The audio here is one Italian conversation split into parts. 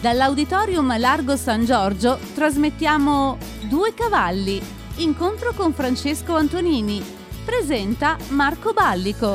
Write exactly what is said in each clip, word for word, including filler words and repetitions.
Dall'Auditorium Largo San Giorgio trasmettiamo Due Cavalli, incontro con Francesco Antonini. Presenta Marco Ballico.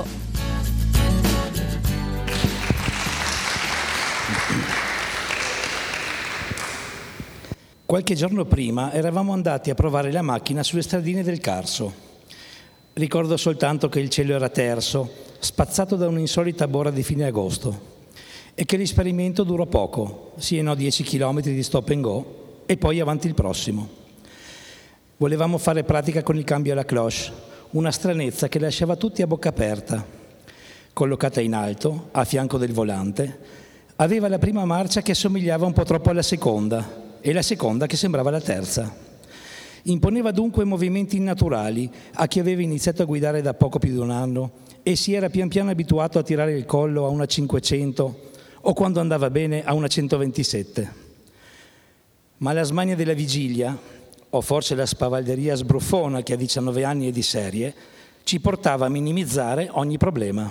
Qualche giorno prima eravamo andati a provare la macchina sulle stradine del Carso. Ricordo soltanto che il cielo era terso, spazzato da un'insolita bora di fine agosto, e che l'esperimento durò poco, sì e no dieci chilometri di stop and go e poi avanti il prossimo. Volevamo fare pratica con il cambio alla cloche, una stranezza che lasciava tutti a bocca aperta. Collocata in alto, a fianco del volante, aveva la prima marcia che assomigliava un po' troppo alla seconda e la seconda che sembrava la terza. Imponeva dunque movimenti innaturali a chi aveva iniziato a guidare da poco più di un anno e si era pian piano abituato a tirare il collo a una cinquecento o quando andava bene a una centoventisette. Ma la smania della vigilia, o forse la spavalderia sbruffona che a diciannove anni è di serie, ci portava a minimizzare ogni problema.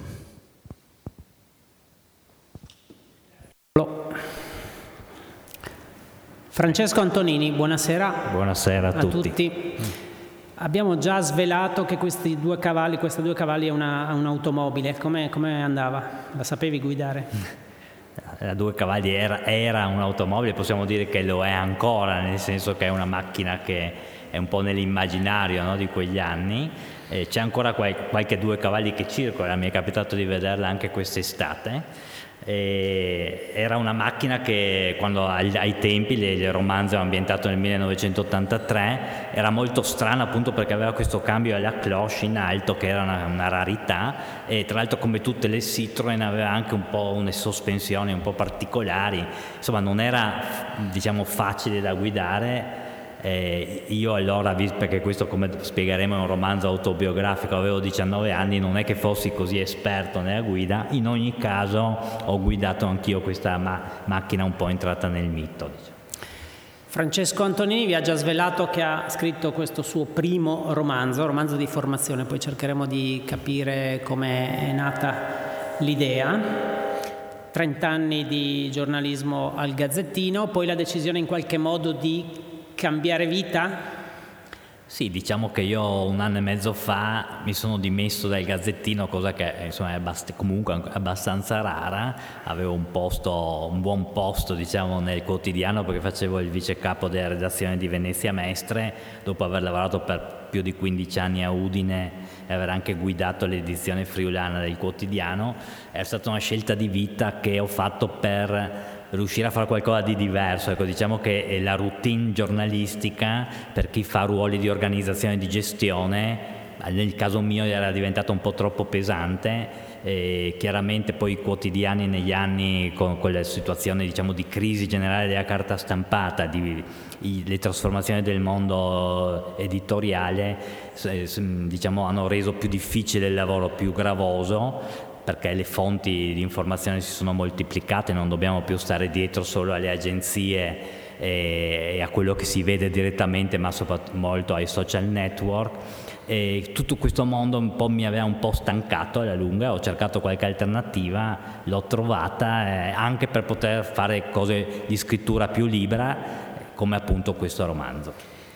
Francesco Antonini, buonasera. Buonasera a, a tutti. tutti. Abbiamo già svelato che questi due cavalli, questa due cavalli è una, un'automobile. Come, come andava? La sapevi guidare? La due cavalli era, era un'automobile, possiamo dire che lo è ancora, nel senso che è una macchina che è un po' nell'immaginario, no, di quegli anni. E c'è ancora qual, qualche due cavalli che circola, mi è capitato di vederla anche quest'estate. E era una macchina che quando ai, ai tempi il romanzo è ambientato nel millenovecentottantatré, era molto strana appunto perché aveva questo cambio alla cloche in alto che era una, una rarità, e tra l'altro come tutte le Citroen aveva anche un po' une sospensioni un po' particolari, insomma non era diciamo facile da guidare. Eh, io allora, perché questo come spiegheremo è un romanzo autobiografico, avevo diciannove anni, non è che fossi così esperto nella guida, in ogni caso ho guidato anch'io questa ma- macchina un po' entrata nel mito, diciamo. Francesco Antonini vi ha già svelato che ha scritto questo suo primo romanzo, romanzo di formazione, poi cercheremo di capire come è nata l'idea. trent'anni di giornalismo al Gazzettino, poi la decisione in qualche modo di cambiare vita? Sì, diciamo che io un anno e mezzo fa mi sono dimesso dal Gazzettino, cosa che insomma è abbast- comunque abbastanza rara. Avevo un posto, un buon posto diciamo nel quotidiano perché facevo il vice capo della redazione di Venezia Mestre, dopo aver lavorato per più di quindici anni a Udine e aver anche guidato l'edizione friulana del quotidiano. È stata una scelta di vita che ho fatto per riuscire a fare qualcosa di diverso. Ecco, diciamo che la routine giornalistica per chi fa ruoli di organizzazione e di gestione, nel caso mio era diventata un po' troppo pesante. E chiaramente poi i quotidiani negli anni con quella situazione diciamo di crisi generale della carta stampata, di i, le trasformazioni del mondo editoriale diciamo hanno reso più difficile il lavoro, più gravoso, perché le fonti di informazione si sono moltiplicate, non dobbiamo più stare dietro solo alle agenzie e a quello che si vede direttamente, ma soprattutto molto ai social network. E tutto questo mondo un po' mi aveva un po' stancato alla lunga, ho cercato qualche alternativa, l'ho trovata eh, anche per poter fare cose di scrittura più libera, come appunto questo romanzo.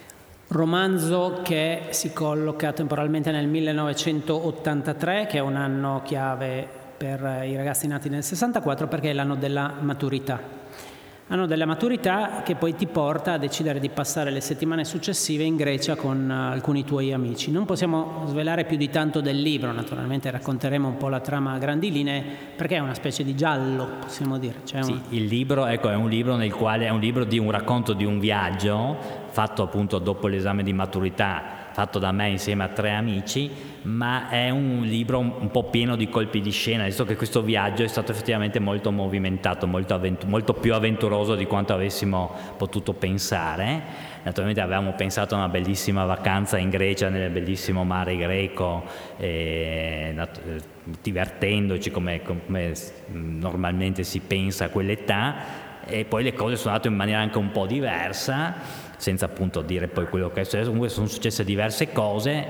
Romanzo che si colloca temporalmente nel millenovecentottantatré, che è un anno chiave per i ragazzi nati nel sessantaquattro perché è l'anno della maturità. Anno della maturità che poi ti porta a decidere di passare le settimane successive in Grecia con alcuni tuoi amici. Non possiamo svelare più di tanto del libro, naturalmente racconteremo un po' la trama a grandi linee, perché è una specie di giallo, possiamo dire. C'è sì, un... il libro ecco, è un libro nel quale è un libro di un racconto di un viaggio fatto appunto dopo l'esame di maturità, fatto da me insieme a tre amici, ma è un libro un, un po' pieno di colpi di scena, visto che questo viaggio è stato effettivamente molto movimentato, molto, avvent- molto più avventuroso di quanto avessimo potuto pensare. Naturalmente avevamo pensato a una bellissima vacanza in Grecia, nel bellissimo mare greco, eh, nat- divertendoci come, come normalmente si pensa a quell'età, e poi le cose sono andate in maniera anche un po' diversa, senza appunto dire poi quello che è successo. Comunque sono successe diverse cose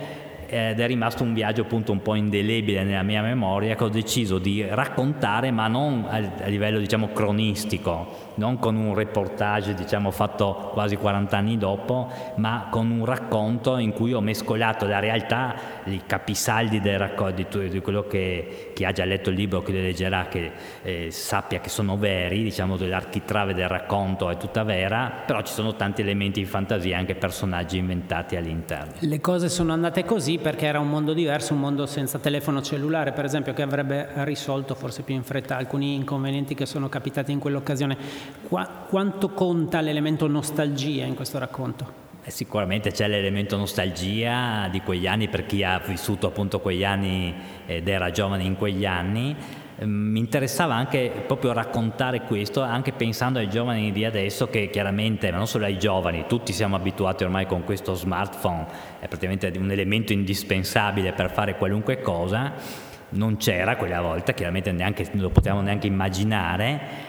ed è rimasto un viaggio appunto un po' indelebile nella mia memoria, che ho deciso di raccontare, ma non a, a livello diciamo cronistico, non con un reportage diciamo fatto quasi quaranta anni dopo, ma con un racconto in cui ho mescolato la realtà, i capisaldi del racconto, di, di quello che chi ha già letto il libro, chi lo leggerà, che eh, sappia che sono veri, diciamo l'architrave del racconto è tutta vera, però ci sono tanti elementi di fantasia, anche personaggi inventati all'interno. Le cose sono andate così perché era un mondo diverso, un mondo senza telefono cellulare, per esempio, che avrebbe risolto forse più in fretta alcuni inconvenienti che sono capitati in quell'occasione. Qua, quanto conta l'elemento nostalgia in questo racconto? Eh, sicuramente c'è l'elemento nostalgia di quegli anni per chi ha vissuto appunto quegli anni ed era giovane in quegli anni. Mi interessava anche proprio raccontare questo, anche pensando ai giovani di adesso, che chiaramente, ma non solo ai giovani, tutti siamo abituati ormai con questo smartphone, è praticamente un elemento indispensabile per fare qualunque cosa. Non c'era quella volta, chiaramente neanche, non lo potevamo neanche immaginare.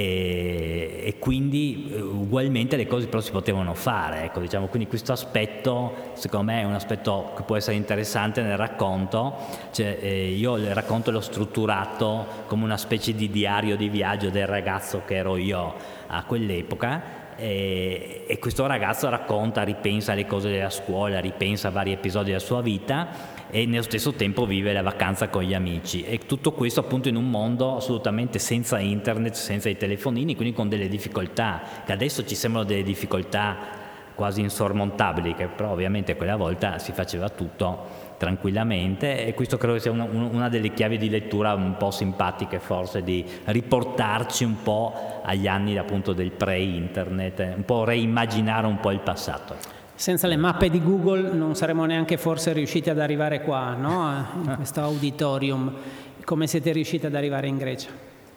E, e quindi ugualmente le cose però si potevano fare, ecco, diciamo, quindi questo aspetto secondo me è un aspetto che può essere interessante nel racconto. Cioè, eh, io il racconto l'ho strutturato come una specie di diario di viaggio del ragazzo che ero io a quell'epoca. E, e questo ragazzo racconta, ripensa alle cose della scuola, ripensa a vari episodi della sua vita e nello stesso tempo vive la vacanza con gli amici, e tutto questo appunto in un mondo assolutamente senza internet, senza i telefonini, quindi con delle difficoltà che adesso ci sembrano delle difficoltà quasi insormontabili, che però ovviamente quella volta si faceva tutto tranquillamente, e questo credo sia una, una delle chiavi di lettura un po' simpatiche forse, di riportarci un po' agli anni appunto del pre-internet, un po' reimmaginare un po' il passato. Senza le mappe di Google non saremmo neanche forse riusciti ad arrivare qua, no? In questo auditorium. Come siete riusciti ad arrivare in Grecia?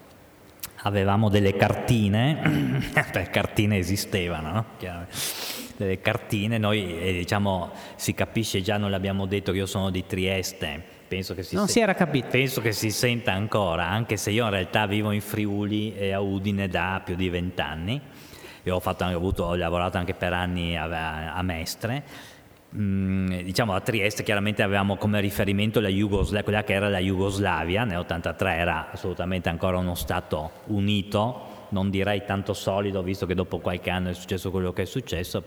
Avevamo delle cartine, le cartine esistevano, no? Chiaramente. Delle cartine, noi eh, diciamo, si capisce già, non l'abbiamo detto, che io sono di Trieste, penso che si non se- si era capito. Penso che si senta ancora, anche se io in realtà vivo in Friuli e a Udine da più di vent'anni. Io ho, fatto, ho, avuto, ho lavorato anche per anni a, a Mestre. Mm, diciamo a Trieste chiaramente avevamo come riferimento la Jugosla- quella che era la Jugoslavia, nell'ottantatré era assolutamente ancora uno stato unito, non direi tanto solido, visto che dopo qualche anno è successo quello che è successo,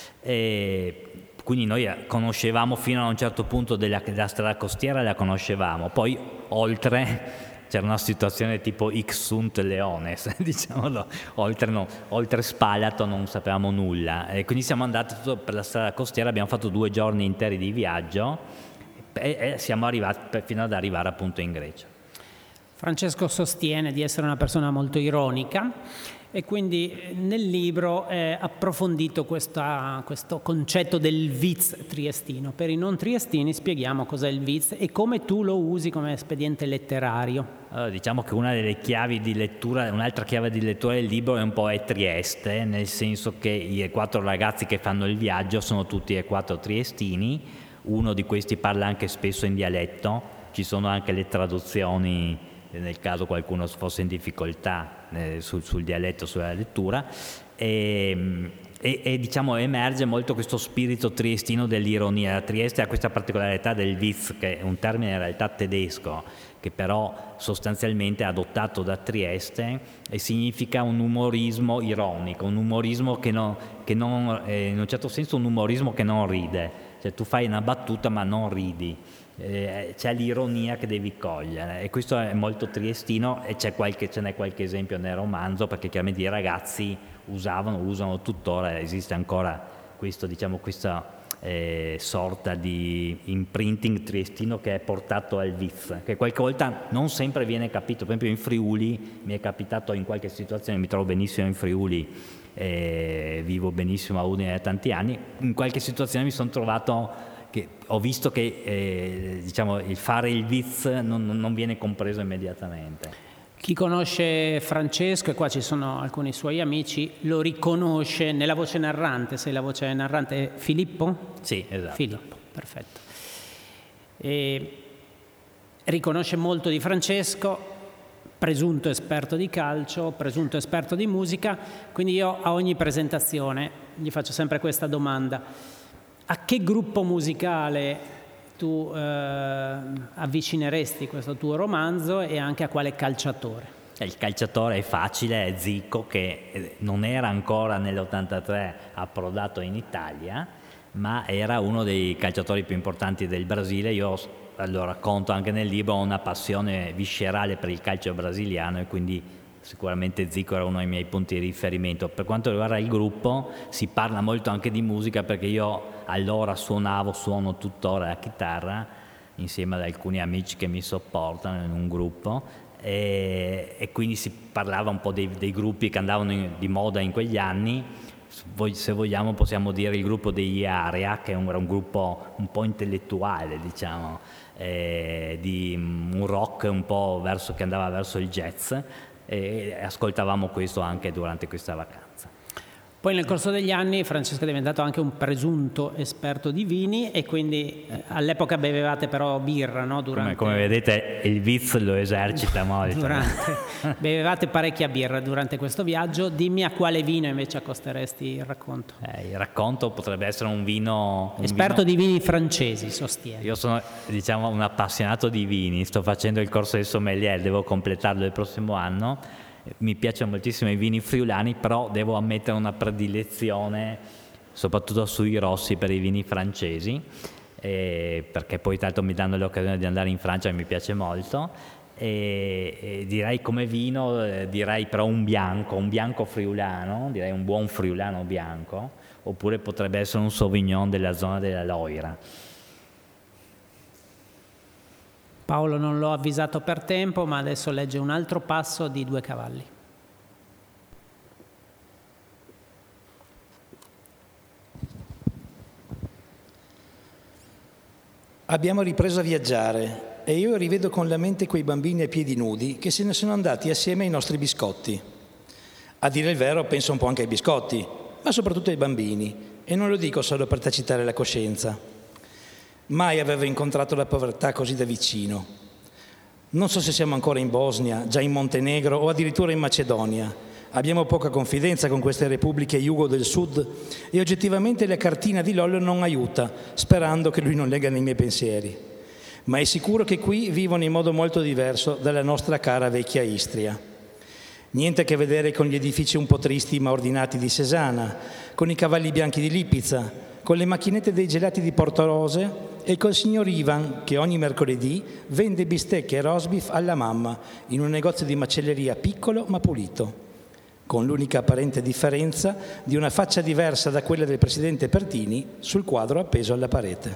e quindi noi conoscevamo fino a un certo punto della, della strada costiera, la conoscevamo, poi oltre c'era una situazione tipo Hic sunt leones, diciamolo, oltre, no, oltre Spalato non sapevamo nulla, e quindi siamo andati per la strada costiera, abbiamo fatto due giorni interi di viaggio e, e siamo arrivati fino ad arrivare appunto in Grecia. Francesco sostiene di essere una persona molto ironica e quindi nel libro è approfondito questa, questo concetto del viz triestino. Per i non triestini spieghiamo cos'è il viz e come tu lo usi come espediente letterario. Allora, diciamo che una delle chiavi di lettura, un'altra chiave di lettura del libro è un po' è Trieste, nel senso che i quattro ragazzi che fanno il viaggio sono tutti e quattro triestini, uno di questi parla anche spesso in dialetto, ci sono anche le traduzioni nel caso qualcuno fosse in difficoltà eh, sul, sul dialetto, sulla lettura, e, e, e diciamo emerge molto questo spirito triestino dell'ironia. Trieste ha questa particolarità del Witz, che è un termine in realtà tedesco, che però sostanzialmente è adottato da Trieste e significa un umorismo ironico, un umorismo che non, che non eh, in un certo senso un umorismo che non ride, cioè tu fai una battuta ma non ridi. Eh, c'è l'ironia che devi cogliere, e questo è molto triestino, e c'è qualche, ce n'è qualche esempio nel romanzo, perché chiaramente i ragazzi usavano, usano tuttora, esiste ancora questo, diciamo, questa eh, sorta di imprinting triestino che è portato al Witz, che qualche volta non sempre viene capito. Per esempio in Friuli mi è capitato in qualche situazione, mi trovo benissimo in Friuli, eh, vivo benissimo a Udine da tanti anni, in qualche situazione mi sono trovato che ho visto che eh, diciamo, il fare il Witz non, non viene compreso immediatamente. Chi conosce Francesco, e qua ci sono alcuni suoi amici, lo riconosce nella voce narrante. Se la voce narrante è Filippo? Sì, esatto. Filippo, perfetto. E riconosce molto di Francesco, presunto esperto di calcio, presunto esperto di musica, quindi io a ogni presentazione gli faccio sempre questa domanda: a che gruppo musicale tu eh, avvicineresti questo tuo romanzo e anche a quale calciatore? Il calciatore è facile, è Zico, che non era ancora nell'ottantatré approdato in Italia, ma era uno dei calciatori più importanti del Brasile. Io lo racconto anche nel libro, ho una passione viscerale per il calcio brasiliano e quindi sicuramente Zico era uno dei miei punti di riferimento. Per quanto riguarda il gruppo, si parla molto anche di musica, perché io allora suonavo, suono tuttora la chitarra insieme ad alcuni amici che mi sopportano in un gruppo. E, e quindi si parlava un po' dei, dei gruppi che andavano in, di moda in quegli anni. Se vogliamo possiamo dire il gruppo degli Area, che era un gruppo un po' intellettuale, diciamo, eh, di un rock un po' verso, che andava verso il jazz, e ascoltavamo questo anche durante questa vacanza. Poi nel corso degli anni Francesco è diventato anche un presunto esperto di vini e quindi eh, all'epoca bevevate però birra, no? Durante... Come, come vedete il Viz lo esercita molto. Durante... bevevate parecchia birra durante questo viaggio. Dimmi a quale vino invece accosteresti il racconto. Eh, il racconto potrebbe essere un vino... Un esperto vino... di vini francesi, sostiene. Io sono, diciamo, un appassionato di vini, sto facendo il corso di sommelier, devo completarlo il prossimo anno. Mi piacciono moltissimo i vini friulani, però devo ammettere una predilezione soprattutto sui rossi per i vini francesi, eh, perché poi tanto mi danno l'occasione di andare in Francia e mi piace molto. E, e direi come vino, eh, direi però un bianco, un bianco friulano, direi un buon friulano bianco, oppure potrebbe essere un Sauvignon della zona della Loira. Paolo non l'ho avvisato per tempo, ma adesso legge un altro passo di Due cavalli. Abbiamo ripreso a viaggiare e io rivedo con la mente quei bambini a piedi nudi che se ne sono andati assieme ai nostri biscotti. A dire il vero penso un po' anche ai biscotti, ma soprattutto ai bambini, e non lo dico solo per tacitare la coscienza. Mai avevo incontrato la povertà così da vicino. Non so se siamo ancora in Bosnia, già in Montenegro o addirittura in Macedonia. Abbiamo poca confidenza con queste repubbliche Jugo del Sud e oggettivamente la cartina di Lollo non aiuta, sperando che lui non legga nei miei pensieri. Ma è sicuro che qui vivono in modo molto diverso dalla nostra cara vecchia Istria. Niente a che vedere con gli edifici un po' tristi ma ordinati di Sesana, con i cavalli bianchi di Lipizza, con le macchinette dei gelati di Portorose e col signor Ivan che ogni mercoledì vende bistecche e rosbif alla mamma in un negozio di macelleria piccolo ma pulito, con l'unica apparente differenza di una faccia diversa da quella del presidente Pertini sul quadro appeso alla parete.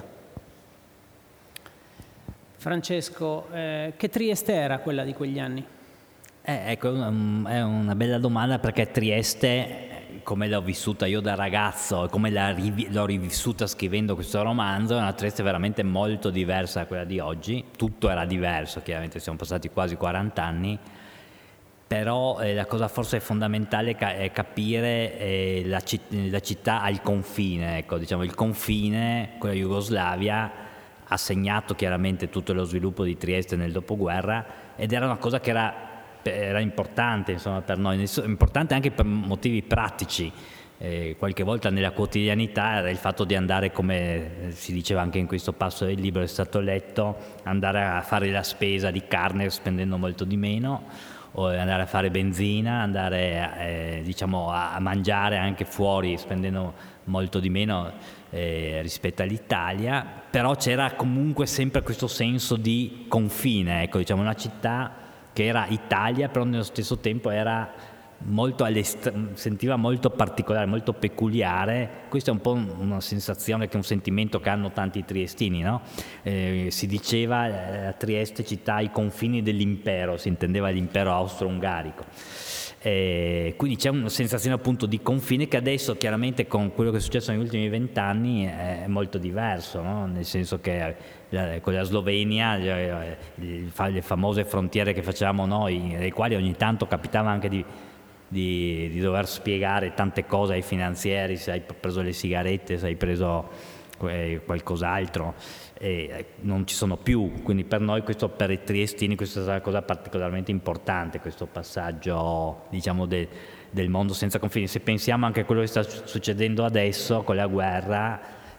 Francesco, eh, che Trieste era quella di quegli anni? Eh, ecco, è una bella domanda, perché Trieste, come l'ho vissuta io da ragazzo, come l'ho rivissuta scrivendo questo romanzo, è una Trieste veramente molto diversa da quella di oggi. Tutto era diverso, chiaramente siamo passati quasi quaranta anni, però eh, la cosa forse fondamentale è capire eh, la, citt- la città al confine, ecco, diciamo il confine con la Jugoslavia ha segnato chiaramente tutto lo sviluppo di Trieste nel dopoguerra, ed era una cosa che era era importante, insomma, per noi, importante anche per motivi pratici. Eh, qualche volta nella quotidianità era il fatto di andare, come si diceva anche in questo passo del libro, è stato letto, andare a fare la spesa di carne spendendo molto di meno, o andare a fare benzina, andare eh, diciamo a mangiare anche fuori spendendo molto di meno eh, rispetto all'Italia, però c'era comunque sempre questo senso di confine, ecco, diciamo una città che era Italia, però nello stesso tempo era molto sentiva molto particolare, molto peculiare. Questa è un po' una sensazione, che è un sentimento che hanno tanti triestini, no? Eh, si diceva eh, a Trieste città ai confini dell'impero, si intendeva l'impero austro-ungarico. Eh, quindi c'è una sensazione appunto di confine che adesso chiaramente con quello che è successo negli ultimi vent'anni è molto diverso, no? Nel senso che eh, con la Slovenia eh, le famose frontiere che facevamo noi, nelle quali ogni tanto capitava anche di, di, di dover spiegare tante cose ai finanzieri, se hai preso le sigarette, se hai preso eh, qualcos'altro, eh, non ci sono più, quindi per noi questo, per i triestini, questa è una cosa particolarmente importante, questo passaggio diciamo de, del mondo senza confini. Se pensiamo anche a quello che sta succedendo adesso con la guerra,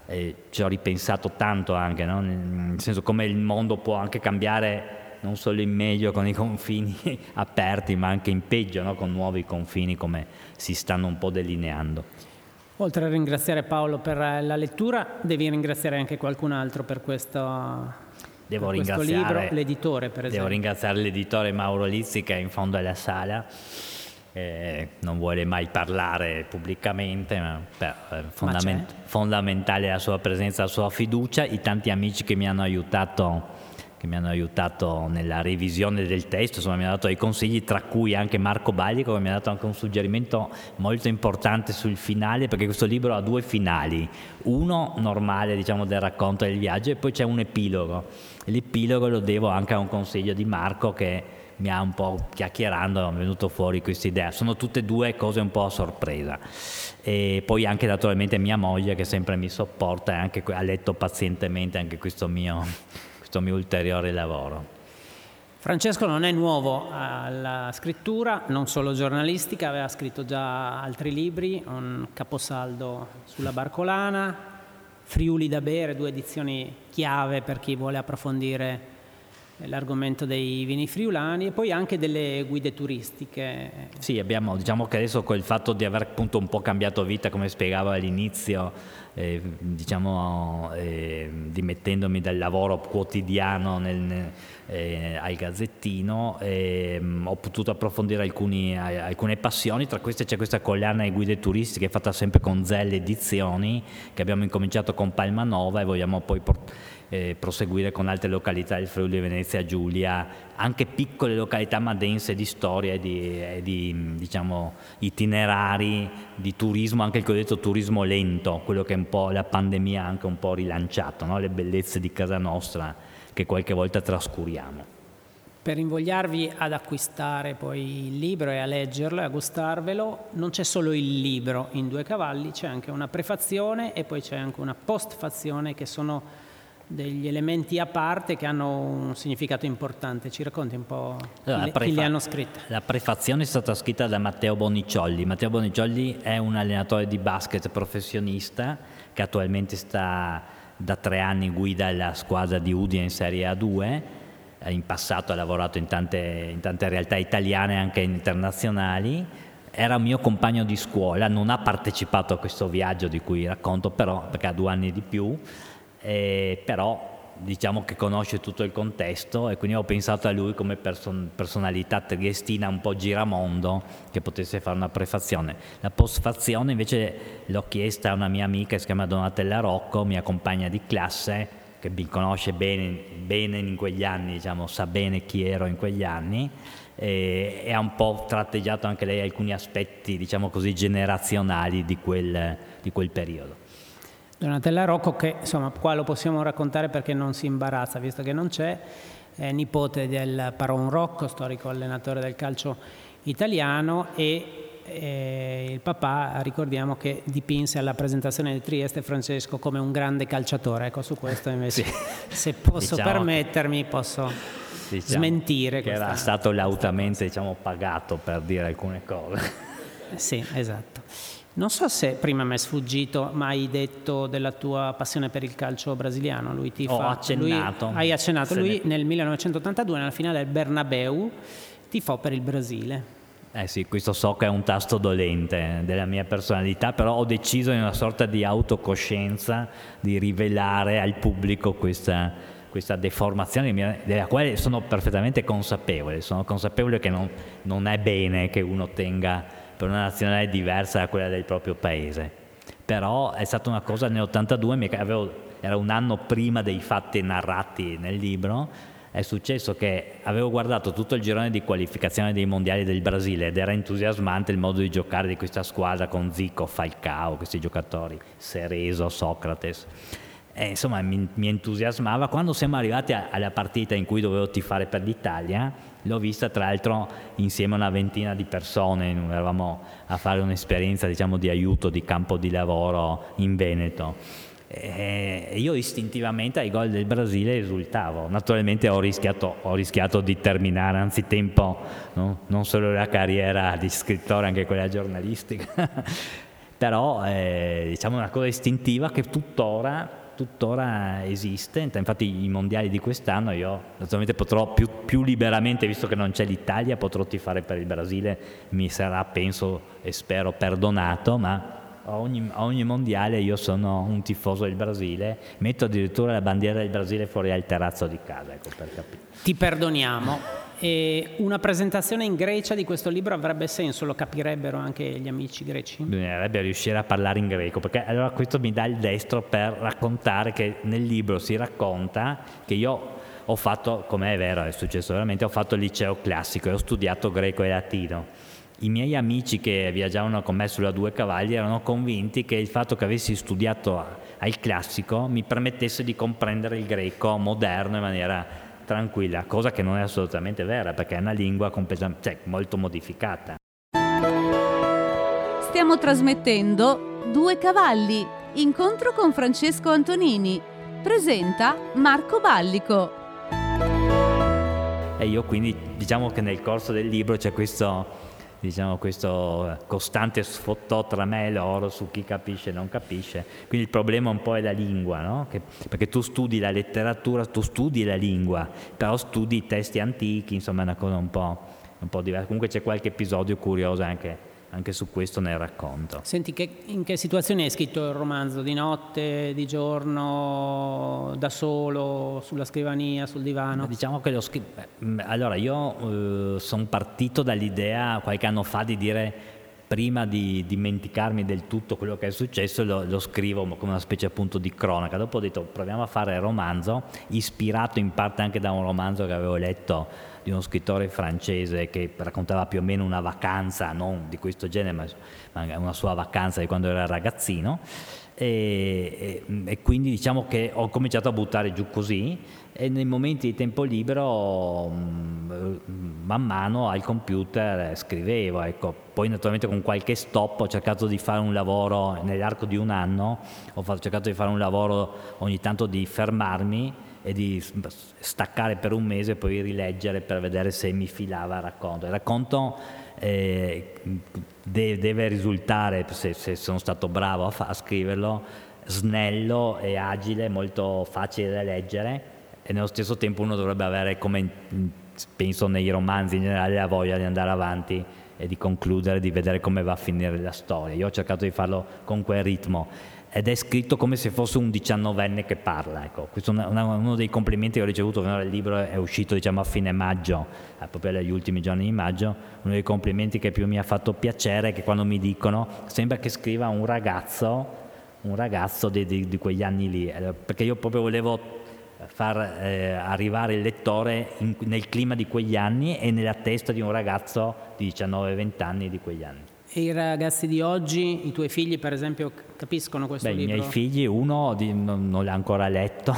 eh, ci ho ripensato tanto anche, no? Nel senso come il mondo può anche cambiare non solo in meglio con i confini aperti, ma anche in peggio, no? Con nuovi confini come si stanno un po' delineando. Oltre a ringraziare Paolo per la lettura, devi ringraziare anche qualcun altro per questo, devo per questo libro, l'editore per esempio. Devo ringraziare l'editore Mauro Lizzi, che è in fondo alla sala, eh, non vuole mai parlare pubblicamente, ma beh, è fondament- ma fondamentale la sua presenza, la sua fiducia, i tanti amici che mi hanno aiutato che mi hanno aiutato nella revisione del testo, insomma mi hanno dato dei consigli, tra cui anche Marco Ballico, che mi ha dato anche un suggerimento molto importante sul finale, perché questo libro ha due finali, uno normale, diciamo, del racconto del viaggio, e poi c'è un epilogo. E l'epilogo lo devo anche a un consiglio di Marco, che mi ha un po' chiacchierando, è venuto fuori questa idea. Sono tutte e due cose un po' a sorpresa. E poi anche naturalmente mia moglie, che sempre mi sopporta e anche ha letto pazientemente anche questo mio questo mio ulteriore lavoro. Francesco non è nuovo alla scrittura, non solo giornalistica, aveva scritto già altri libri, un caposaldo sulla Barcolana, Friuli da bere, due edizioni chiave per chi vuole approfondire l'argomento dei vini friulani, e poi anche delle guide turistiche. Sì, abbiamo, diciamo che adesso col fatto di aver appunto un po' cambiato vita, come spiegavo all'inizio, eh, diciamo eh, dimettendomi dal lavoro quotidiano nel, eh, al Gazzettino, eh, ho potuto approfondire alcuni, alcune passioni. Tra queste c'è questa collana di guide turistiche fatta sempre con Zelle Edizioni, che abbiamo incominciato con Palmanova e vogliamo poi portare Eh, proseguire con altre località del Friuli Venezia Giulia, anche piccole località ma dense di storia e di, e di diciamo, itinerari di turismo, anche il cosiddetto turismo lento, quello che un po' la pandemia ha anche un po' rilanciato, no? Le bellezze di casa nostra che qualche volta trascuriamo. Per invogliarvi ad acquistare poi il libro e a leggerlo e a gustarvelo, non c'è solo il libro in Due Cavalli, c'è anche una prefazione e poi c'è anche una postfazione, che sono degli elementi a parte che hanno un significato importante. Ci racconti un po' allora, chi, prefa- chi li hanno scritte? La prefazione è stata scritta da Matteo Bonicciolli. Matteo Bonicciolli è un allenatore di basket professionista che attualmente sta da tre anni guida la squadra di Udine in Serie A due. In passato ha lavorato in tante, in tante realtà italiane e anche internazionali. Era un mio compagno di scuola, non ha partecipato a questo viaggio di cui racconto, però perché ha due anni di più. Eh, però diciamo che conosce tutto il contesto e quindi ho pensato a lui come person- personalità triestina un po' giramondo che potesse fare una prefazione. La postfazione invece l'ho chiesta a una mia amica che si chiama Donatella Rocco, mia compagna di classe, che mi conosce bene, bene in quegli anni, diciamo, sa bene chi ero in quegli anni, e, e ha un po' tratteggiato anche lei alcuni aspetti, diciamo così, generazionali di quel, di quel periodo. Donatella Rocco, che insomma qua lo possiamo raccontare perché non si imbarazza, visto che non c'è, è nipote del Paron Rocco, storico allenatore del calcio italiano, e eh, il papà, ricordiamo che dipinse alla presentazione di Trieste Francesco come un grande calciatore. Ecco, su questo invece, sì. se posso diciamo permettermi, posso diciamo smentire. Che questa, era stato lautamente diciamo, pagato per dire alcune cose. Sì, esatto. Non so se prima mi è sfuggito, ma hai detto della tua passione per il calcio brasiliano. Lui ti Ho fa, accennato. Lui, hai accennato. Se lui ne... nel millenovecentottantadue, nella finale del Bernabeu, tifò per il Brasile. Eh sì, questo so che è un tasto dolente della mia personalità, però ho deciso in una sorta di autocoscienza di rivelare al pubblico questa, questa deformazione della quale sono perfettamente consapevole. Sono consapevole che non, non è bene che uno tenga per una nazionale diversa da quella del proprio paese, però è stata una cosa nell'ottantadue, avevo, era un anno prima dei fatti narrati nel libro. È successo che avevo guardato tutto il girone di qualificazione dei mondiali del Brasile ed era entusiasmante il modo di giocare di questa squadra con Zico, Falcao, questi giocatori, Cerezo, Socrates. E insomma mi, mi entusiasmava. Quando siamo arrivati a, alla partita in cui dovevo tifare per l'Italia, l'ho vista tra l'altro insieme a una ventina di persone, eravamo a fare un'esperienza diciamo di aiuto di campo di lavoro in Veneto, e io istintivamente ai gol del Brasile esultavo. Naturalmente ho rischiato, ho rischiato di terminare anzitempo, no? Non solo la carriera di scrittore, anche quella giornalistica. però è diciamo una cosa istintiva che tuttora tuttora esiste. Infatti i mondiali di quest'anno io naturalmente potrò più, più liberamente, visto che non c'è l'Italia, potrò tifare per il Brasile, mi sarà, penso e spero, perdonato, ma a ogni, a ogni mondiale io sono un tifoso del Brasile, metto addirittura la bandiera del Brasile fuori al terrazzo di casa, ecco, per capire. Ti perdoniamo. E una presentazione in Grecia di questo libro avrebbe senso? Lo capirebbero anche gli amici greci? Bisognerebbe riuscire a parlare in greco, perché allora questo mi dà il destro per raccontare che nel libro si racconta che io ho fatto, come è vero, è successo veramente, ho fatto il liceo classico e ho studiato greco e latino. I miei amici che viaggiavano con me sulla Due Cavalli erano convinti che il fatto che avessi studiato al classico mi permettesse di comprendere il greco moderno in maniera tranquilla, cosa che non è assolutamente vera, perché è una lingua completamente, cioè, molto modificata. Stiamo trasmettendo Due Cavalli, incontro con Francesco Antonini. Presenta Marco Ballico. E io quindi diciamo che nel corso del libro c'è questo diciamo questo costante sfottò tra me e loro su chi capisce e non capisce. Quindi il problema un po' è la lingua, no? Che, perché tu studi la letteratura, tu studi la lingua, però studi i testi antichi, insomma è una cosa un po', un po' diversa. Comunque c'è qualche episodio curioso anche, anche su questo nel racconto. Senti, che, in che situazione hai scritto il romanzo? Di notte, di giorno, da solo, sulla scrivania, sul divano? Diciamo che lo scritto. Allora, io eh, sono partito dall'idea qualche anno fa di dire, prima di dimenticarmi del tutto quello che è successo, lo, lo scrivo come una specie appunto di cronaca. Dopo ho detto proviamo a fare il romanzo, ispirato in parte anche da un romanzo che avevo letto di uno scrittore francese che raccontava più o meno una vacanza, non di questo genere, ma una sua vacanza di quando era ragazzino. E, e, e quindi diciamo che ho cominciato a buttare giù così, e nei momenti di tempo libero man mano al computer scrivevo, ecco. Poi naturalmente con qualche stop ho cercato di fare un lavoro nell'arco di un anno, ho fatto, cercato di fare un lavoro ogni tanto di fermarmi e di staccare per un mese e poi rileggere per vedere se mi filava il racconto. Il racconto eh, de- deve risultare, se, se sono stato bravo a, fa- a scriverlo, snello e agile, molto facile da leggere, e nello stesso tempo uno dovrebbe avere, come penso nei romanzi in generale, la voglia di andare avanti e di concludere, di vedere come va a finire la storia. Io ho cercato di farlo con quel ritmo, ed è scritto come se fosse un diciannovenne che parla, ecco. Questo è una, uno dei complimenti che ho ricevuto quando il libro è uscito, diciamo, a fine maggio, proprio negli ultimi giorni di maggio. Uno dei complimenti che più mi ha fatto piacere è che quando mi dicono sembra che scriva un ragazzo un ragazzo di, di, di quegli anni lì, perché io proprio volevo far eh, arrivare il lettore in, nel clima di quegli anni e nella testa di un ragazzo di diciannove venti anni di quegli anni. E i ragazzi di oggi, i tuoi figli per esempio, capiscono questo Beh, libro? I miei figli, uno di, non, non l'ha ancora letto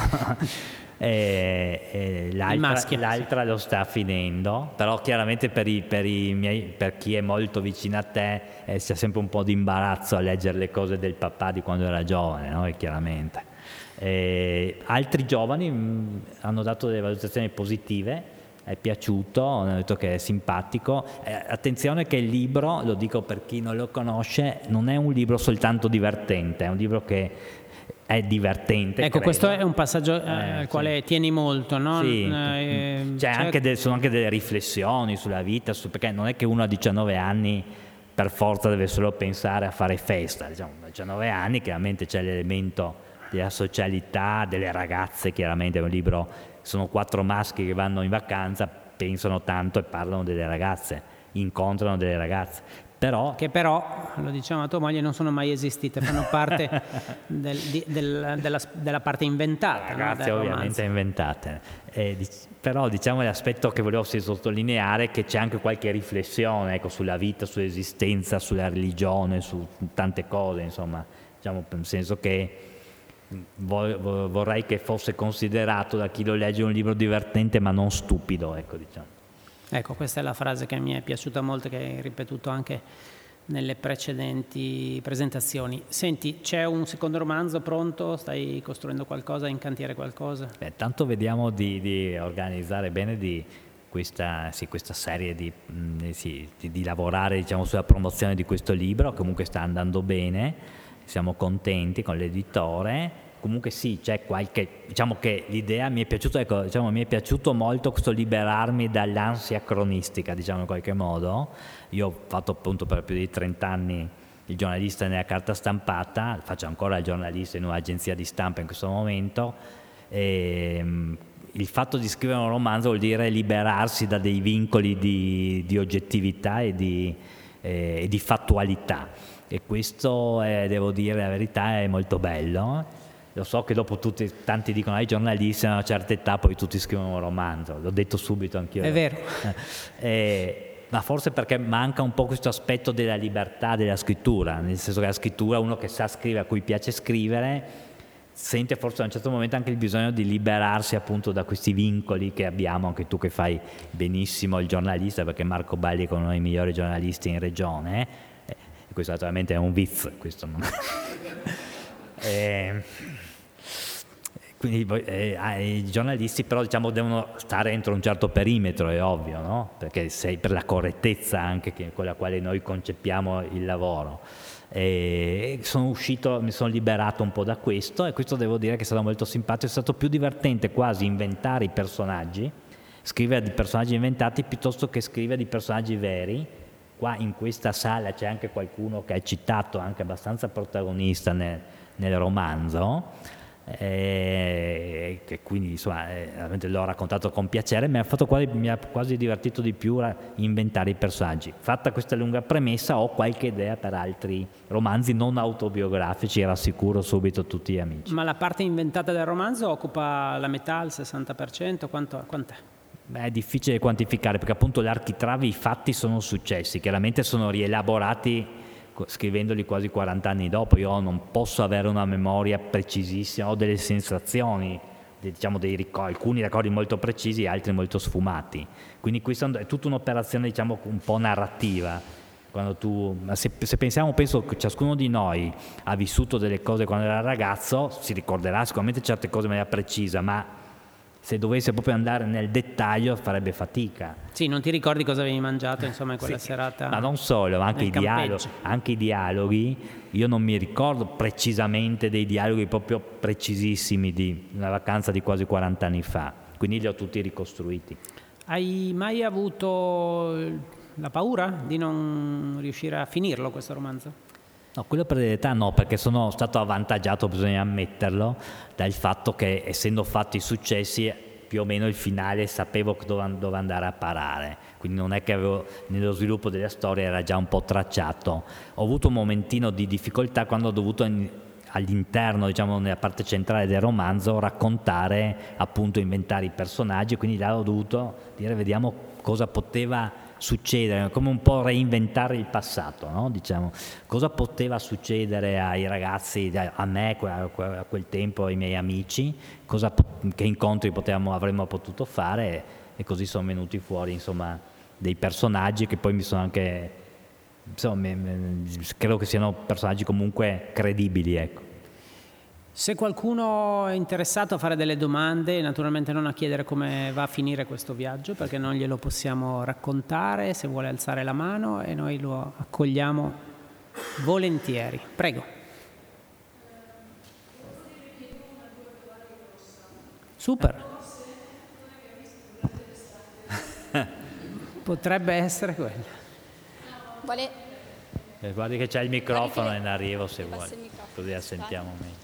e, e l'altra, maschio, l'altra sì. Lo sta finendo, però chiaramente per, i, per, i miei, per chi è molto vicino a te eh, c'è sempre un po' di imbarazzo a leggere le cose del papà di quando era giovane, no? E chiaramente e altri giovani mh, hanno dato delle valutazioni positive, è piaciuto, hanno detto che è simpatico. Eh, attenzione che il libro, lo dico per chi non lo conosce, non è un libro soltanto divertente, è un libro che è divertente. Ecco, credo. Questo è un passaggio eh, eh, al sì. quale tieni molto, no? Sì, eh, cioè cioè... anche de- sono anche delle riflessioni sulla vita, su, perché non è che uno a diciannove anni per forza deve solo pensare a fare festa, diciamo, a diciannove anni chiaramente c'è l'elemento della socialità, delle ragazze, chiaramente è un libro, sono quattro maschi che vanno in vacanza, pensano tanto e parlano delle ragazze, incontrano delle ragazze, però... Che però, lo diciamo a tua moglie, non sono mai esistite, fanno parte del, di, del, della, della parte inventata. Ragazze, no? ovviamente inventate, eh, dic- però diciamo l'aspetto che volevo sottolineare è che c'è anche qualche riflessione, ecco, sulla vita, sull'esistenza, sulla religione, su tante cose, insomma, diciamo, nel senso che vorrei che fosse considerato da chi lo legge un libro divertente ma non stupido, ecco, diciamo. Ecco, questa è la frase che mi è piaciuta molto, che hai ripetuto anche nelle precedenti presentazioni. Senti, c'è un secondo romanzo pronto? Stai costruendo qualcosa, in cantiere qualcosa? Beh, tanto vediamo di, di organizzare bene, di questa, sì, questa serie di, mh, sì, di, di lavorare, diciamo, sulla promozione di questo libro. Comunque sta andando bene, siamo contenti con l'editore. Comunque sì, c'è qualche, diciamo che l'idea mi è piaciuto, ecco, diciamo, mi è piaciuto molto questo liberarmi dall'ansia cronistica, diciamo, in qualche modo. Io ho fatto appunto per più di trenta anni il giornalista nella carta stampata, faccio ancora il giornalista in un'agenzia di stampa in questo momento, e il fatto di scrivere un romanzo vuol dire liberarsi da dei vincoli di, di oggettività e di, eh, e di fattualità, e questo è, devo dire la verità, è molto bello. Lo so che dopo tutti, tanti dicono ai giornalisti a una certa età poi tutti scrivono un romanzo, l'ho detto subito anch'io. È vero. Eh, ma forse perché manca un po' questo aspetto della libertà della scrittura, nel senso che la scrittura, uno che sa scrivere, a cui piace scrivere, sente forse a un certo momento anche il bisogno di liberarsi appunto da questi vincoli che abbiamo, anche tu che fai benissimo il giornalista, perché Marco Ballico è uno dei migliori giornalisti in regione, eh, e questo naturalmente è un vizio, questo non eh, quindi eh, i giornalisti però, diciamo, devono stare entro un certo perimetro, è ovvio, no? Perché sei per la correttezza anche che, con la quale noi concepiamo il lavoro. E sono uscito, mi sono liberato un po' da questo, e questo devo dire che è stato molto simpatico. È stato più divertente quasi inventare i personaggi, scrivere di personaggi inventati piuttosto che scrivere di personaggi veri. Qua in questa sala c'è anche qualcuno che è citato, anche abbastanza protagonista nel, nel romanzo, e che quindi insomma eh, l'ho raccontato con piacere. Mi ha fatto quasi, mi ha quasi divertito di più a inventare i personaggi. Fatta questa lunga premessa, ho qualche idea per altri romanzi non autobiografici, rassicuro subito tutti gli amici. Ma la parte inventata del romanzo occupa la metà, il sessanta per cento? Quanto, quant'è? Beh, è difficile quantificare, perché appunto l'architravi, i fatti sono successi, chiaramente sono rielaborati scrivendoli quasi quaranta anni dopo. Io non posso avere una memoria precisissima, ho delle sensazioni, diciamo dei ricordi, alcuni ricordi molto precisi, altri molto sfumati, quindi questa è tutta un'operazione, diciamo, un po' narrativa. Quando tu, se, se pensiamo, penso che ciascuno di noi ha vissuto delle cose quando era ragazzo, si ricorderà sicuramente certe cose in maniera precisa, ma se dovesse proprio andare nel dettaglio farebbe fatica. Sì, non ti ricordi cosa avevi mangiato, insomma, in quella sì, serata? Ma non solo, anche i, dialoghi, anche i dialoghi. Io non mi ricordo precisamente dei dialoghi proprio precisissimi di una vacanza di quasi quaranta anni fa, quindi li ho tutti ricostruiti. Hai mai avuto la paura di non riuscire a finirlo questo romanzo? No, quello per l'età no, perché sono stato avvantaggiato, bisogna ammetterlo, dal fatto che, essendo fatti i successi, più o meno il finale sapevo dove, dove andare a parare, quindi non è che avevo, nello sviluppo della storia era già un po' tracciato. Ho avuto un momentino di difficoltà quando ho dovuto in, all'interno, diciamo nella parte centrale del romanzo, raccontare, appunto inventare i personaggi, quindi là ho dovuto dire vediamo cosa poteva succedere, come un po' reinventare il passato, no? Diciamo, cosa poteva succedere ai ragazzi, a me a quel tempo, ai miei amici, cosa, che incontri potevamo, avremmo potuto fare, e così sono venuti fuori, insomma, dei personaggi che poi mi sono anche, insomma, credo che siano personaggi comunque credibili, ecco. Se qualcuno è interessato a fare delle domande, naturalmente non a chiedere come va a finire questo viaggio, perché non glielo possiamo raccontare, se vuole alzare la mano e noi lo accogliamo volentieri. Prego. Super. Potrebbe essere quello. Vuole... Eh, guardi che c'è il microfono in arrivo, se vuole, così la sentiamo meglio.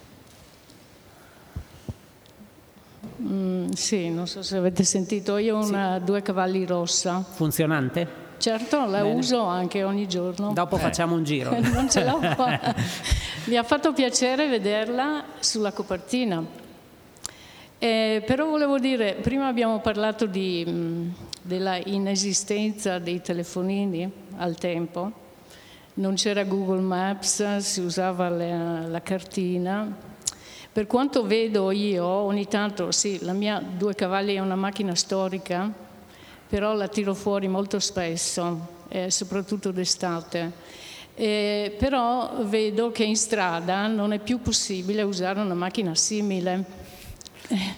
Mm, sì, non so se avete sentito, io ho una sì. due cavalli rossa. Funzionante? Certo, la Bene. uso anche ogni giorno. Dopo eh. facciamo un giro. Non ce l'ho qua. Mi ha fatto piacere vederla sulla copertina. Eh, però volevo dire, prima abbiamo parlato di, mh, della inesistenza dei telefonini al tempo. Non c'era Google Maps, si usava la, la cartina. Per quanto vedo io, ogni tanto, sì, la mia due cavalli è una macchina storica, però la tiro fuori molto spesso, eh, soprattutto d'estate. Eh, però vedo che in strada non è più possibile usare una macchina simile. Eh,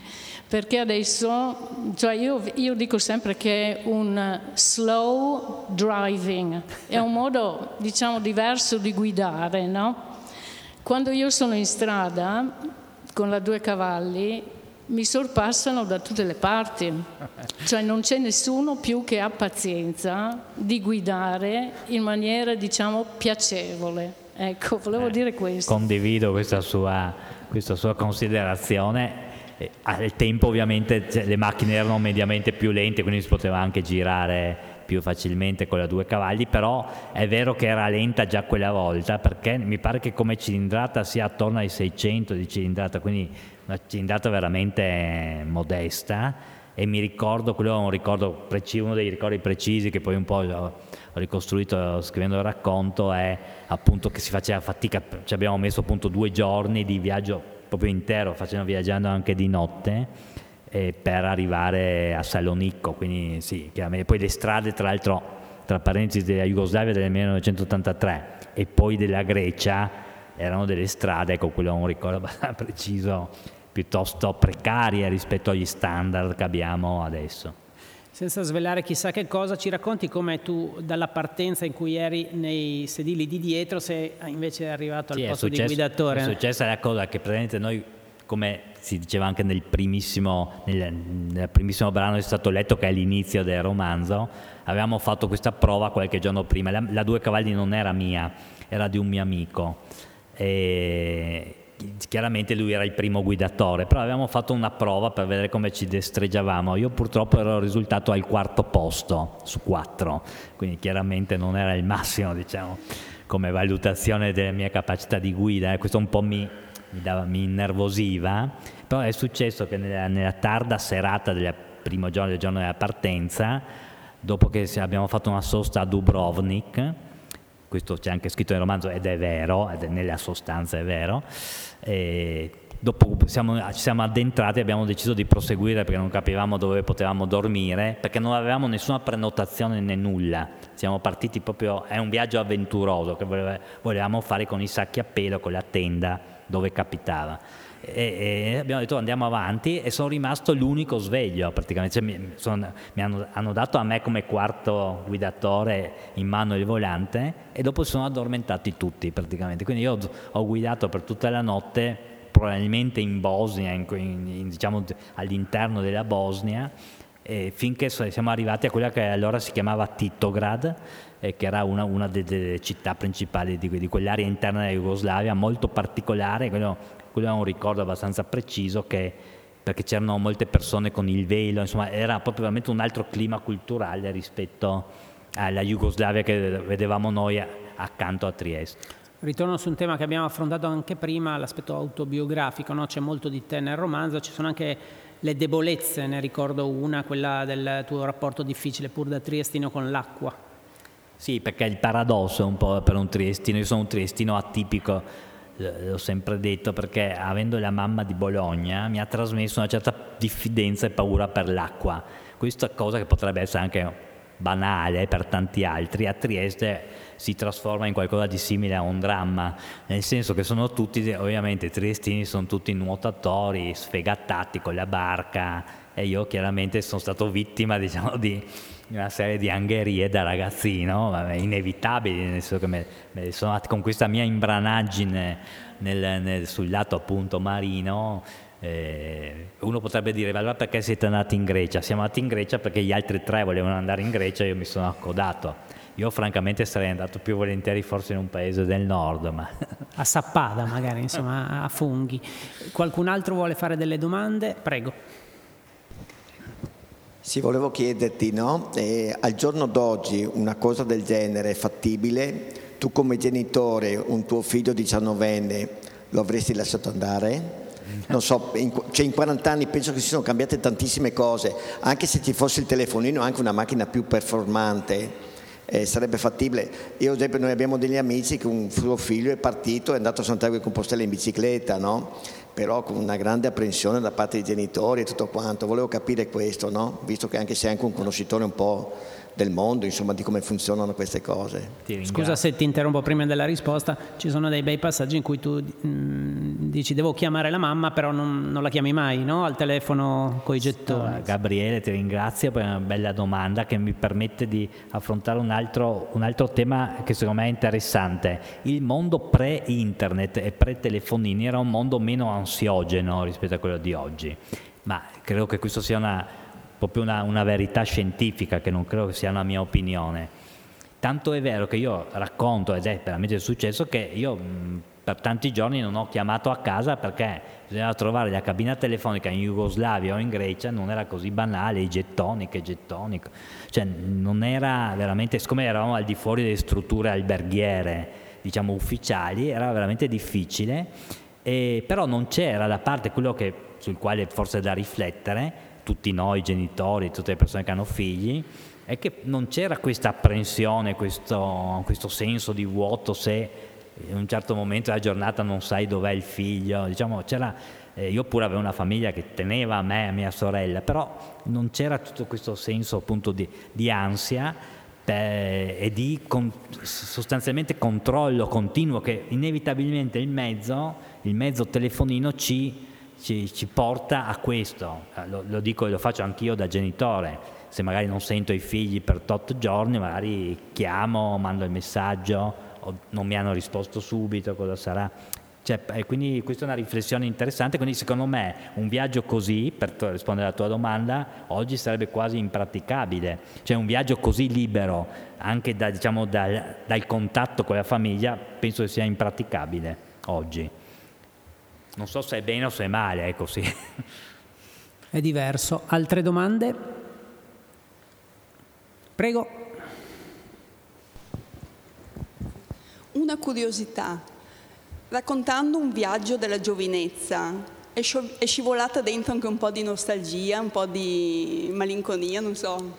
perché adesso, cioè io, io dico sempre che è un slow driving, è un modo, diciamo, diverso di guidare, no? Quando io sono in strada con la due cavalli mi sorpassano da tutte le parti, cioè non c'è nessuno più che ha pazienza di guidare in maniera, diciamo, piacevole. Ecco, volevo eh, dire questo. Condivido questa sua, questa sua considerazione. Al tempo ovviamente le macchine erano mediamente più lente, quindi si poteva anche girare più facilmente con la due cavalli, però è vero che era lenta già quella volta, perché mi pare che come cilindrata sia attorno ai seicento di cilindrata, quindi una cilindrata veramente modesta. E mi ricordo, quello è un ricordo preciso, uno dei ricordi precisi che poi un po' ho ricostruito scrivendo il racconto, è appunto che si faceva fatica, ci abbiamo messo appunto due giorni di viaggio proprio intero, facendo viaggiando anche di notte, eh, per arrivare a Salonicco, quindi sì, chiaramente. Poi le strade, tra l'altro, tra parentesi, della Jugoslavia del millenovecentottantatré e poi della Grecia, erano delle strade, ecco, quello è un ricordo abbastanza preciso, piuttosto precarie rispetto agli standard che abbiamo adesso. Senza svelare chissà che cosa, ci racconti come tu dalla partenza in cui eri nei sedili di dietro sei invece arrivato al sì, posto successo, di guidatore? È successa la cosa che praticamente noi, come si diceva anche nel primissimo, nel, nel primissimo brano che è stato letto, che è l'inizio del romanzo, avevamo fatto questa prova qualche giorno prima. La, la due cavalli non era mia, era di un mio amico. E chiaramente lui era il primo guidatore, però avevamo fatto una prova per vedere come ci destreggiavamo. Io purtroppo ero risultato al quarto posto su quattro, quindi chiaramente non era il massimo, diciamo, come valutazione della mia capacità di guida, e questo un po' mi, mi, dava, mi innervosiva. Però è successo che nella, nella tarda serata del primo giorno, del giorno della partenza, dopo che abbiamo fatto una sosta a Dubrovnik, questo c'è anche scritto nel romanzo ed è vero, ed è nella sostanza è vero, e dopo siamo, ci siamo addentrati e abbiamo deciso di proseguire perché non capivamo dove potevamo dormire, perché non avevamo nessuna prenotazione né nulla. Siamo partiti proprio, è un viaggio avventuroso che volevamo fare con i sacchi a pelo, con la tenda dove capitava. E, e abbiamo detto andiamo avanti, e sono rimasto l'unico sveglio praticamente, cioè, mi, sono, mi hanno, hanno dato a me come quarto guidatore in mano il volante, e dopo si sono addormentati tutti praticamente, quindi io ho guidato per tutta la notte, probabilmente in Bosnia, in, in, diciamo all'interno della Bosnia, e finché siamo arrivati a quella che allora si chiamava Titograd, eh, che era una, una delle città principali di, di quell'area interna della Jugoslavia, molto particolare. Quello, quello è un ricordo abbastanza preciso, che, perché c'erano molte persone con il velo, insomma era proprio veramente un altro clima culturale rispetto alla Jugoslavia che vedevamo noi accanto a Trieste. Ritorno su un tema che abbiamo affrontato anche prima, l'aspetto autobiografico, no? C'è molto di te nel romanzo, ci sono anche le debolezze, ne ricordo una, quella del tuo rapporto difficile pur da triestino con l'acqua. Sì, perché il paradosso è un po' per un triestino, io sono un triestino atipico, l'ho sempre detto, perché avendo la mamma di Bologna mi ha trasmesso una certa diffidenza e paura per l'acqua. Questa cosa che potrebbe essere anche banale per tanti altri, a Trieste si trasforma in qualcosa di simile a un dramma, nel senso che sono tutti, ovviamente i triestini sono tutti nuotatori, sfegatati con la barca, e io chiaramente sono stato vittima, diciamo, di una serie di angherie da ragazzino, vabbè, inevitabili, nel senso che me, me sono, con questa mia imbranaggine nel, nel, sul lato appunto marino. Eh, uno potrebbe dire, ma allora perché siete andati in Grecia? Siamo andati in Grecia perché gli altri tre volevano andare in Grecia e io mi sono accodato. Io francamente sarei andato più volentieri forse in un paese del nord, ma a Sappada magari, insomma, a Funghi. Qualcun altro vuole fare delle domande? Prego. Sì, volevo chiederti, no? Eh, al giorno d'oggi una cosa del genere è fattibile? Tu come genitore, un tuo figlio diciannovenne, lo avresti lasciato andare? Non so, in, cioè in quaranta anni penso che si sono cambiate tantissime cose, anche se ci fosse il telefonino, anche una macchina più performante, eh, sarebbe fattibile. Io ad esempio, noi abbiamo degli amici che un suo figlio è partito, è andato a Santiago di Compostela in bicicletta, no? Però con una grande apprensione da parte dei genitori e tutto quanto. Volevo capire questo, no? Visto che anche sei anche un conoscitore un po' del mondo, insomma, di come funzionano queste cose. Scusa se ti interrompo prima della risposta, ci sono dei bei passaggi in cui tu mh, dici devo chiamare la mamma, però non, non la chiami mai, no? Al telefono coi gettoni. Gabriele, ti ringrazio per una bella domanda che mi permette di affrontare un altro, un altro tema che secondo me è interessante. Il mondo pre-internet e pre-telefonini era un mondo meno ansiogeno rispetto a quello di oggi, ma credo che questo sia una, proprio una, una verità scientifica, che non credo che sia una mia opinione. Tanto è vero che io racconto, ed è veramente successo, che io mh, per tanti giorni non ho chiamato a casa perché bisognava trovare la cabina telefonica in Jugoslavia o in Grecia, non era così banale, i gettoni, che gettoni, cioè non era veramente, siccome eravamo al di fuori delle strutture alberghiere, diciamo ufficiali, era veramente difficile, e, però non c'era da parte quello che, sul quale forse è da riflettere, tutti noi genitori, tutte le persone che hanno figli, è che non c'era questa apprensione, questo, questo senso di vuoto se in un certo momento della giornata non sai dov'è il figlio, diciamo, c'era, eh, io pure avevo una famiglia che teneva a me e a mia sorella, però non c'era tutto questo senso appunto di, di ansia per, e di con, sostanzialmente controllo continuo che inevitabilmente il mezzo, il mezzo telefonino ci, ci, ci porta a questo. Lo, lo dico e lo faccio anch'io da genitore. Se magari non sento i figli per otto giorni, magari chiamo, mando il messaggio, o non mi hanno risposto subito, cosa sarà? Cioè, e quindi questa è una riflessione interessante, quindi secondo me un viaggio così, per rispondere alla tua domanda, oggi sarebbe quasi impraticabile. Cioè un viaggio così libero, anche da, diciamo, dal, dal contatto con la famiglia, penso che sia impraticabile oggi. Non so se è bene o se è male, è così. È diverso. Altre domande? Prego. Una curiosità. Raccontando un viaggio della giovinezza, è, scio- è scivolata dentro anche un po' di nostalgia, un po' di malinconia, non so.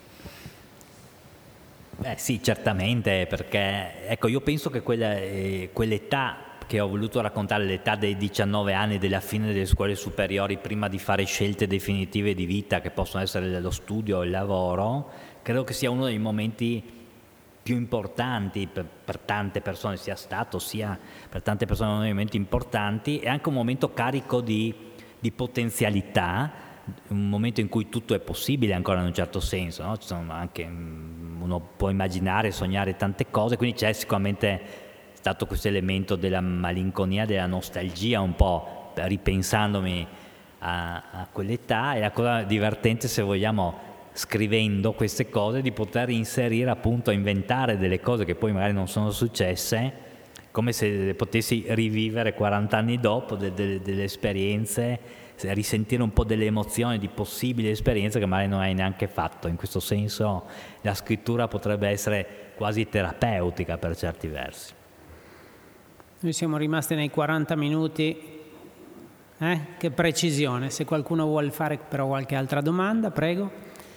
Eh sì, certamente, perché ecco, io penso che quella, eh, quell'età che ho voluto raccontare, l'età dei diciannove anni, della fine delle scuole superiori, prima di fare scelte definitive di vita che possono essere lo studio o il lavoro, credo che sia uno dei momenti più importanti per, per tante persone, sia stato sia per tante persone uno dei momenti importanti, e anche un momento carico di, di potenzialità, un momento in cui tutto è possibile ancora in un certo senso, no? Ci sono anche, uno può immaginare, sognare tante cose, quindi c'è sicuramente stato questo elemento della malinconia, della nostalgia, un po' ripensandomi a, a quell'età. E la cosa divertente, se vogliamo, scrivendo queste cose, di poter inserire, appunto, inventare delle cose che poi magari non sono successe, come se le potessi rivivere quaranta anni dopo, de, de, delle esperienze, risentire un po' delle emozioni di possibili esperienze che magari non hai neanche fatto. In questo senso la scrittura potrebbe essere quasi terapeutica per certi versi. Noi siamo rimasti nei quaranta minuti, eh? Che precisione. Se qualcuno vuole fare però qualche altra domanda, prego.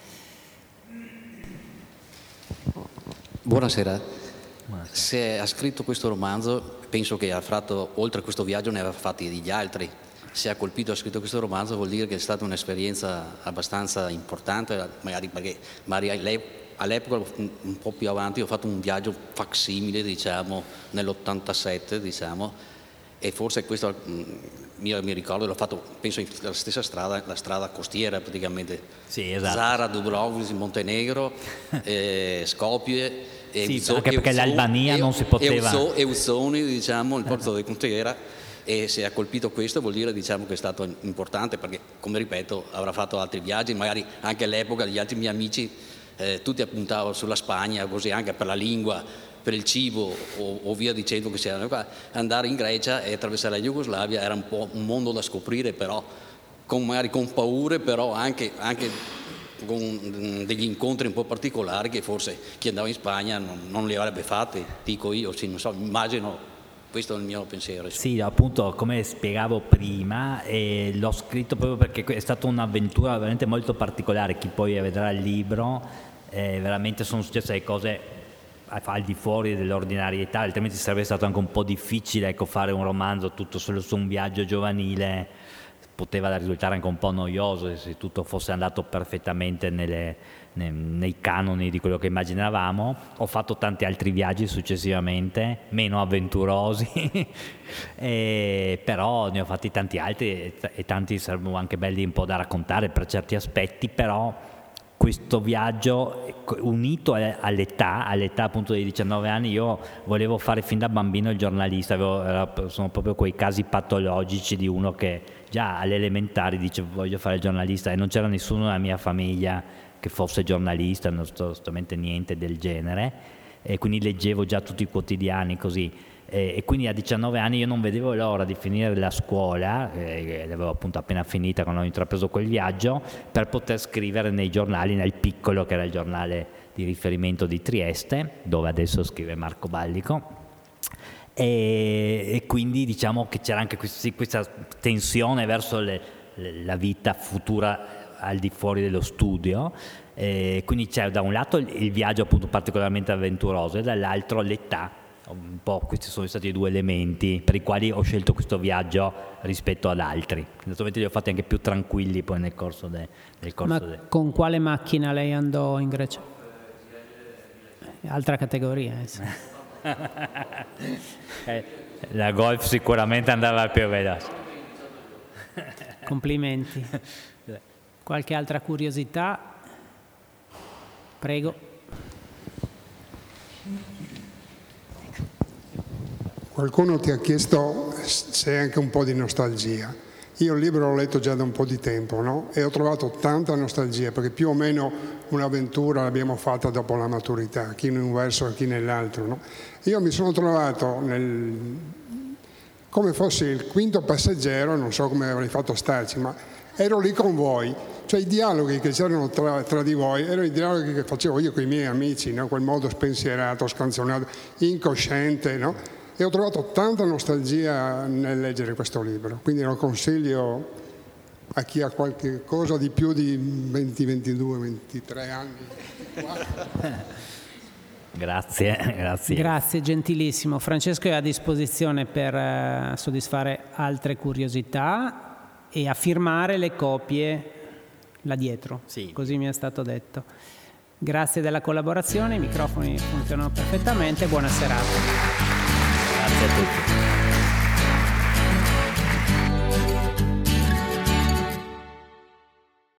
Buonasera. Se ha scritto questo romanzo, penso che ha fatto, oltre a questo viaggio, ne aveva fatti degli altri. Se ha colpito e ha scritto questo romanzo, vuol dire che è stata un'esperienza abbastanza importante, magari perché magari lei, all'epoca, un po' più avanti, ho fatto un viaggio facsimile, diciamo, nell'ottantasette, diciamo, e forse questo, io mi ricordo, l'ho fatto, penso, la stessa strada, la strada costiera praticamente. Sì, esatto. Zara, Dubrovnik, Montenegro, eh, Skopje, e sì, Uzo, anche perché Euzoni, l'Albania non si poteva... Euzoni, Euzoni, diciamo, il porto di costiera. E se ha colpito questo vuol dire, diciamo, che è stato importante, perché, come ripeto, avrà fatto altri viaggi, magari anche all'epoca gli altri miei amici eh, tutti appuntavano sulla Spagna, così, anche per la lingua, per il cibo o, o via dicendo che c'erano qua. Andare in Grecia e attraversare la Jugoslavia era un po' un mondo da scoprire, però con, magari con paure, però anche, anche con degli incontri un po' particolari che forse chi andava in Spagna non, non li avrebbe fatti, dico io, sì, non so, immagino. Questo è il mio pensiero. Sì, appunto, come spiegavo prima, eh, l'ho scritto proprio perché è stata un'avventura veramente molto particolare. Chi poi vedrà il libro, eh, veramente sono successe delle cose al di fuori dell'ordinarietà, altrimenti sarebbe stato anche un po' difficile, ecco, fare un romanzo tutto solo su un viaggio giovanile poteva risultare anche un po' noioso se tutto fosse andato perfettamente nelle, nei, nei canoni di quello che immaginavamo. Ho fatto tanti altri viaggi successivamente, meno avventurosi, e, però ne ho fatti tanti altri e, e tanti sarebbero anche belli un po' da raccontare per certi aspetti, però questo viaggio unito all'età, all'età appunto dei diciannove anni, io volevo fare fin da bambino il giornalista, avevo, sono proprio quei casi patologici di uno che già alle elementari dice voglio fare il giornalista, e non c'era nessuno nella mia famiglia che fosse giornalista, non assolutamente niente del genere, e quindi leggevo già tutti i quotidiani così. E quindi a diciannove anni io non vedevo l'ora di finire la scuola, eh, l'avevo appunto appena finita quando ho intrapreso quel viaggio, per poter scrivere nei giornali, nel Piccolo, che era il giornale di riferimento di Trieste, dove adesso scrive Marco Ballico, e, e quindi diciamo che c'era anche questa, questa tensione verso le, le, la vita futura al di fuori dello studio, e quindi c'è da un lato il, il viaggio appunto particolarmente avventuroso e dall'altro l'età. Un po' questi sono stati i due elementi per i quali ho scelto questo viaggio rispetto ad altri. Naturalmente li ho fatti anche più tranquilli poi nel corso, de, del corso Ma de... con quale macchina lei andò in Grecia? Altra categoria. Eh, sì. eh, la Golf sicuramente andava più veloce. Complimenti. Qualche altra curiosità? Prego. Qualcuno ti ha chiesto se hai anche un po' di nostalgia. Io il libro l'ho letto già da un po' di tempo, no? E ho trovato tanta nostalgia, perché più o meno un'avventura l'abbiamo fatta dopo la maturità, chi in un verso e chi nell'altro, no? Io mi sono trovato nel... come fossi il quinto passeggero, non so come avrei fatto a starci, ma ero lì con voi. Cioè i dialoghi che c'erano tra, tra di voi erano i dialoghi che facevo io con i miei amici, no? Quel modo spensierato, scanzonato, incosciente, no? E ho trovato tanta nostalgia nel leggere questo libro, quindi lo consiglio a chi ha qualche cosa di più di venti, ventidue, ventitré anni. Grazie, grazie. Grazie, gentilissimo. Francesco è a disposizione per uh, soddisfare altre curiosità e a firmare le copie là dietro, sì. Così mi è stato detto. Grazie della collaborazione, i microfoni funzionano perfettamente, buona serata. Grazie a tutti.